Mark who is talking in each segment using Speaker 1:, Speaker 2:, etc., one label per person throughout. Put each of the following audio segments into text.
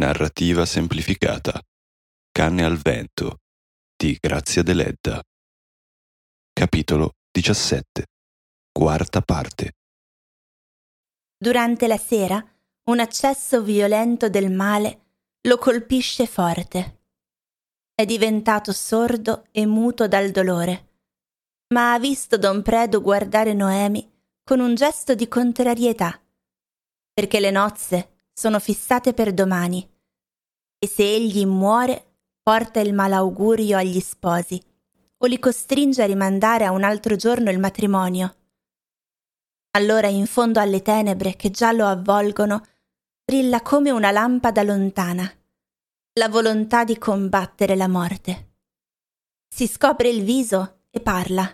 Speaker 1: Narrativa semplificata. Canne al vento di Grazia Deledda. Capitolo 17. Quarta parte.
Speaker 2: Durante la sera, un accesso violento del male lo colpisce forte. È diventato sordo e muto dal dolore, ma ha visto Don Predu guardare Noemi con un gesto di contrarietà, perché le nozze sono fissate per domani e se egli muore porta il malaugurio agli sposi o li costringe a rimandare a un altro giorno il matrimonio. Allora in fondo alle tenebre che già lo avvolgono brilla come una lampada lontana la volontà di combattere la morte. Si scopre il viso e parla.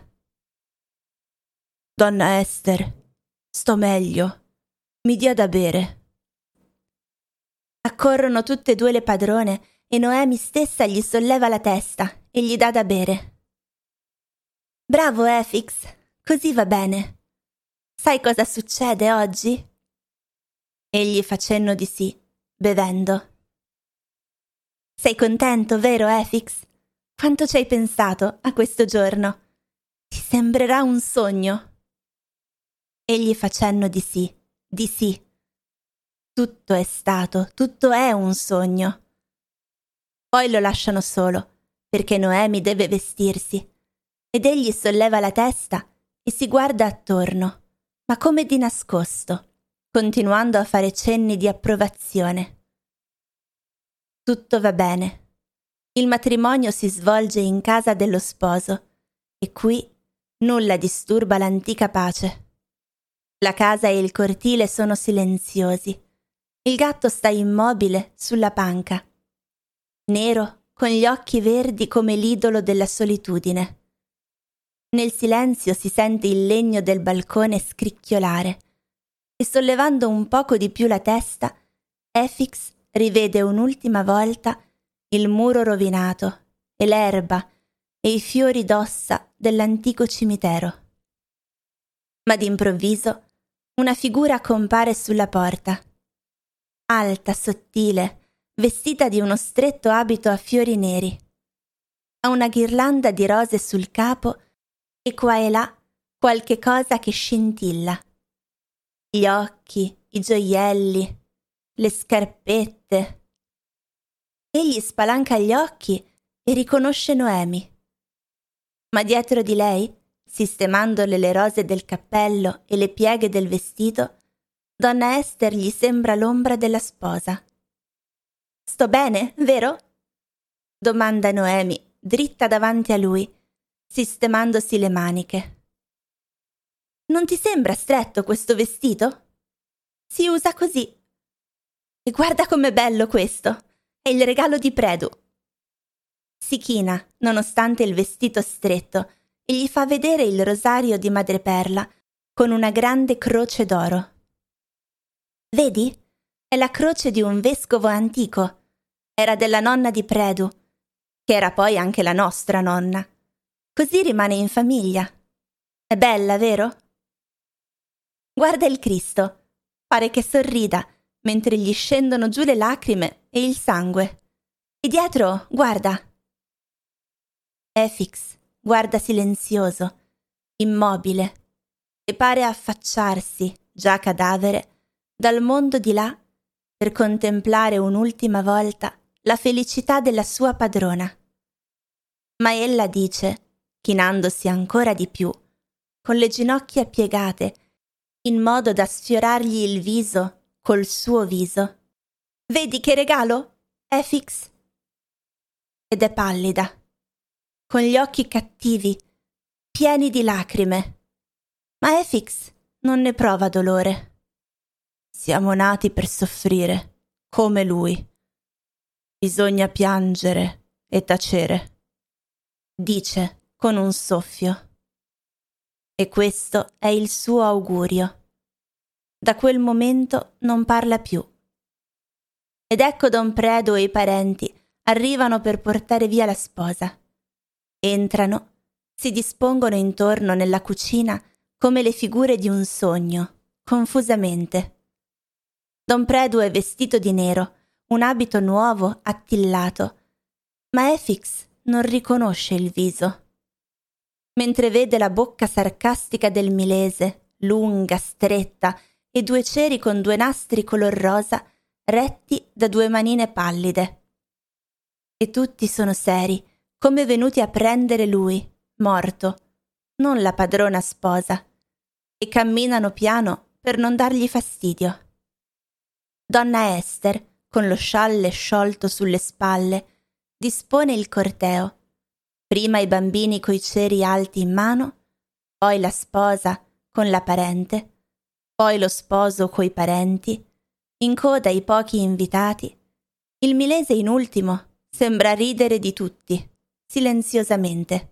Speaker 2: «Donna Ester, sto meglio. Mi dia da bere». Accorrono tutte e due le padrone e Noemi stessa gli solleva la testa e gli dà da bere. «Bravo Efix, così va bene. Sai cosa succede oggi?» Egli fa cenno di sì, bevendo. «Sei contento, vero Efix? Quanto ci hai pensato a questo giorno? Ti sembrerà un sogno». Egli fa cenno di sì, di sì. Tutto è stato, tutto è un sogno. Poi lo lasciano solo, perché Noemi deve vestirsi, ed egli solleva la testa e si guarda attorno, ma come di nascosto, continuando a fare cenni di approvazione. Tutto va bene. Il matrimonio si svolge in casa dello sposo e qui nulla disturba l'antica pace. La casa e il cortile sono silenziosi. Il gatto sta immobile sulla panca, nero con gli occhi verdi come l'idolo della solitudine. Nel silenzio si sente il legno del balcone scricchiolare e sollevando un poco di più la testa, Efix rivede un'ultima volta il muro rovinato e l'erba e i fiori d'ossa dell'antico cimitero. Ma d'improvviso una figura compare sulla porta. Alta, sottile, vestita di uno stretto abito a fiori neri. Ha una ghirlanda di rose sul capo e qua e là qualche cosa che scintilla. Gli occhi, i gioielli, le scarpette. Egli spalanca gli occhi e riconosce Noemi. Ma dietro di lei, sistemandole le rose del cappello e le pieghe del vestito, donna Ester gli sembra l'ombra della sposa. «Sto bene, vero?» domanda Noemi, dritta davanti a lui, sistemandosi le maniche. «Non ti sembra stretto questo vestito? Si usa così. E guarda com'è bello questo! È il regalo di Predu». Si china, nonostante il vestito stretto, e gli fa vedere il rosario di madreperla con una grande croce d'oro. «Vedi? È la croce di un vescovo antico. Era della nonna di Predu, che era poi anche la nostra nonna. Così rimane in famiglia. È bella, vero?» Guarda il Cristo. Pare che sorrida, mentre gli scendono giù le lacrime e il sangue. E dietro, guarda. Efix guarda silenzioso, immobile, e pare affacciarsi, già cadavere, dal mondo di là per contemplare un'ultima volta la felicità della sua padrona. Ma ella dice, chinandosi ancora di più, con le ginocchia piegate, in modo da sfiorargli il viso col suo viso: «Vedi che regalo, Efix?» Ed è pallida, con gli occhi cattivi, pieni di lacrime. Ma Efix non ne prova dolore. «Siamo nati per soffrire, come lui. Bisogna piangere e tacere», dice con un soffio. E questo è il suo augurio. Da quel momento non parla più. Ed ecco Don Predu e i parenti arrivano per portare via la sposa. Entrano, si dispongono intorno nella cucina come le figure di un sogno, confusamente. Don Predu è vestito di nero, un abito nuovo, attillato, ma Efix non riconosce il viso. Mentre vede la bocca sarcastica del milese, lunga, stretta, e due ceri con due nastri color rosa retti da due manine pallide. E tutti sono seri, come venuti a prendere lui, morto, non la padrona sposa, e camminano piano per non dargli fastidio. Donna Ester, con lo scialle sciolto sulle spalle, dispone il corteo. Prima i bambini coi ceri alti in mano, poi la sposa con la parente, poi lo sposo coi parenti, in coda i pochi invitati. Il milese in ultimo sembra ridere di tutti, silenziosamente.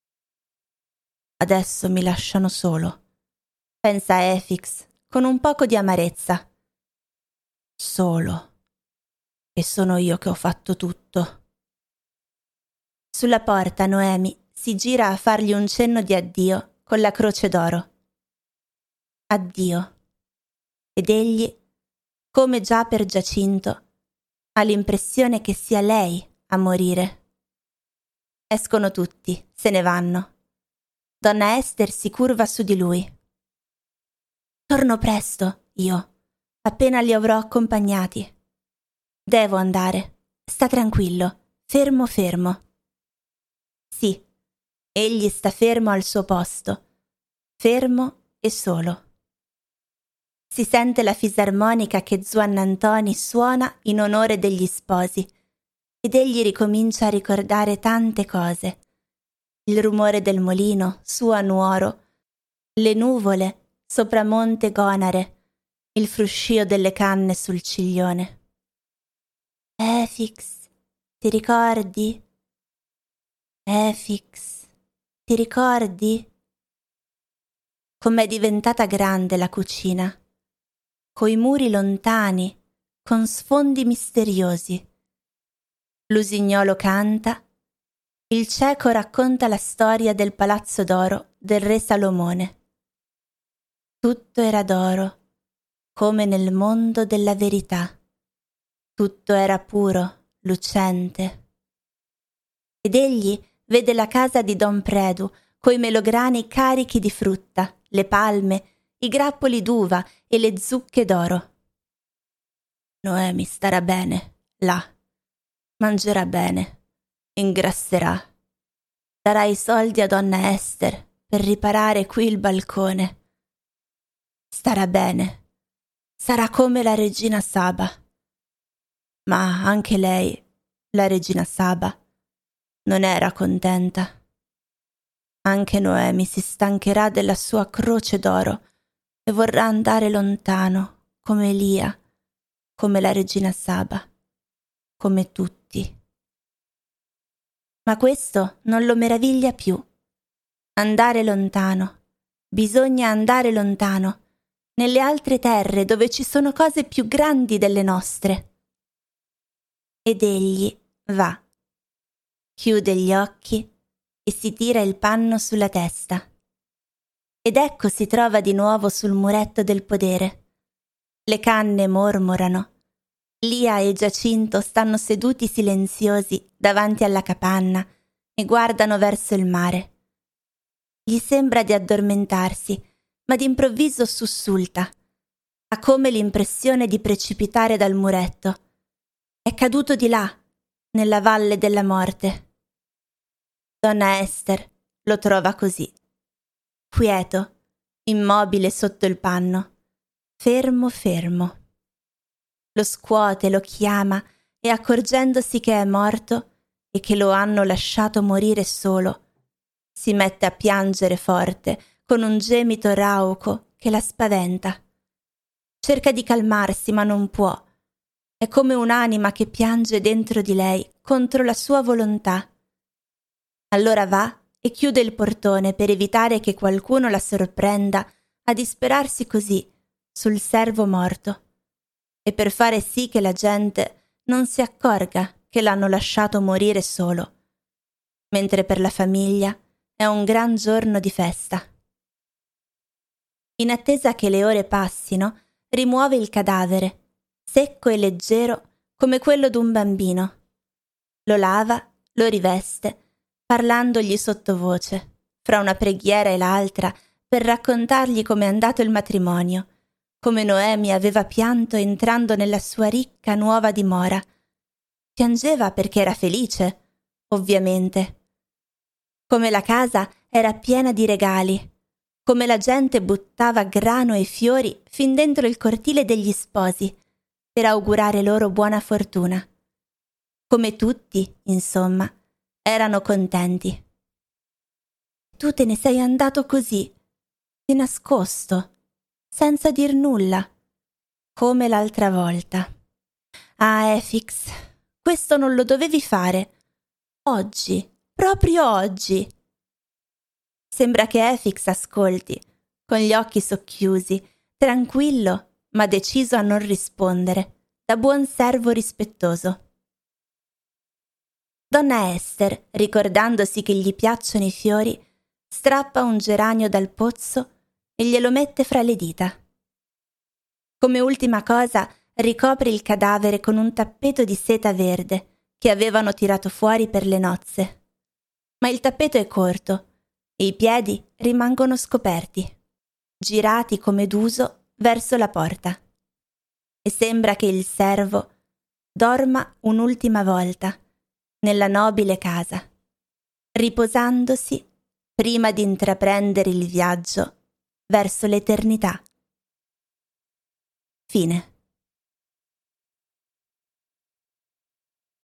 Speaker 2: Adesso mi lasciano solo, pensa Efix con un poco di amarezza. Solo. E sono io che ho fatto tutto. Sulla porta Noemi si gira a fargli un cenno di addio con la croce d'oro. Addio. Ed egli, come già per Giacinto, ha l'impressione che sia lei a morire. Escono tutti, se ne vanno. Donna Ester si curva su di lui. Torno presto, io, appena li avrò accompagnati. Devo andare. Sta tranquillo, fermo fermo. Sì, egli sta fermo al suo posto, fermo e solo. Si sente la fisarmonica che Zuannantoni suona in onore degli sposi ed egli ricomincia a ricordare tante cose. Il rumore del molino su a Nuoro, le nuvole sopra Monte Gonare, il fruscio delle canne sul Ciglione. Efix, ti ricordi? Efix, ti ricordi? Com'è diventata grande la cucina, coi muri lontani, con sfondi misteriosi. L'usignolo canta, il cieco racconta la storia del palazzo d'oro del re Salomone. Tutto era d'oro, come nel mondo della verità. Tutto era puro, lucente. Ed egli vede la casa di Don Predu, coi melograni carichi di frutta, le palme, i grappoli d'uva e le zucche d'oro. Noemi starà bene, là. Mangerà bene, ingrasserà. Darà i soldi a donna Ester per riparare qui il balcone. Starà bene. Sarà come la regina Saba. Ma anche lei, la regina Saba, non era contenta. Anche Noemi si stancherà della sua croce d'oro e vorrà andare lontano, come Elia, come la regina Saba, come tutti. Ma questo non lo meraviglia più. Andare lontano. Bisogna andare lontano, nelle altre terre dove ci sono cose più grandi delle nostre. Ed egli va. Chiude gli occhi e si tira il panno sulla testa. Ed ecco si trova di nuovo sul muretto del podere. Le canne mormorano. Lia e Giacinto stanno seduti silenziosi davanti alla capanna e guardano verso il mare. Gli sembra di addormentarsi, ma d'improvviso sussulta. Ha come l'impressione di precipitare dal muretto. È caduto di là, nella valle della morte. Donna Ester lo trova così, quieto, immobile sotto il panno, fermo fermo. Lo scuote, lo chiama e accorgendosi che è morto e che lo hanno lasciato morire solo, si mette a piangere forte con un gemito rauco che la spaventa. Cerca di calmarsi ma non può. È come un'anima che piange dentro di lei contro la sua volontà. Allora va e chiude il portone per evitare che qualcuno la sorprenda a disperarsi così sul servo morto e per fare sì che la gente non si accorga che l'hanno lasciato morire solo, mentre per la famiglia è un gran giorno di festa. In attesa che le ore passino, rimuove il cadavere, secco e leggero come quello d'un bambino. Lo lava, lo riveste, parlandogli sottovoce, fra una preghiera e l'altra, per raccontargli com'è andato il matrimonio, come Noemi aveva pianto entrando nella sua ricca nuova dimora. Piangeva perché era felice, ovviamente. Come la casa era piena di regali, come la gente buttava grano e fiori fin dentro il cortile degli sposi per augurare loro buona fortuna. Come tutti, insomma, erano contenti. Tu te ne sei andato così, di nascosto, senza dir nulla, come l'altra volta. Ah, Efix, questo non lo dovevi fare. Oggi, proprio oggi. Sembra che Efix ascolti, con gli occhi socchiusi, tranquillo, ma deciso a non rispondere, da buon servo rispettoso. Donna Ester, ricordandosi che gli piacciono i fiori, strappa un geranio dal pozzo e glielo mette fra le dita. Come ultima cosa ricopre il cadavere con un tappeto di seta verde che avevano tirato fuori per le nozze. Ma il tappeto è corto e i piedi rimangono scoperti, girati come d'uso verso la porta. E sembra che il servo dorma un'ultima volta nella nobile casa, riposandosi prima di intraprendere il viaggio verso l'eternità. Fine.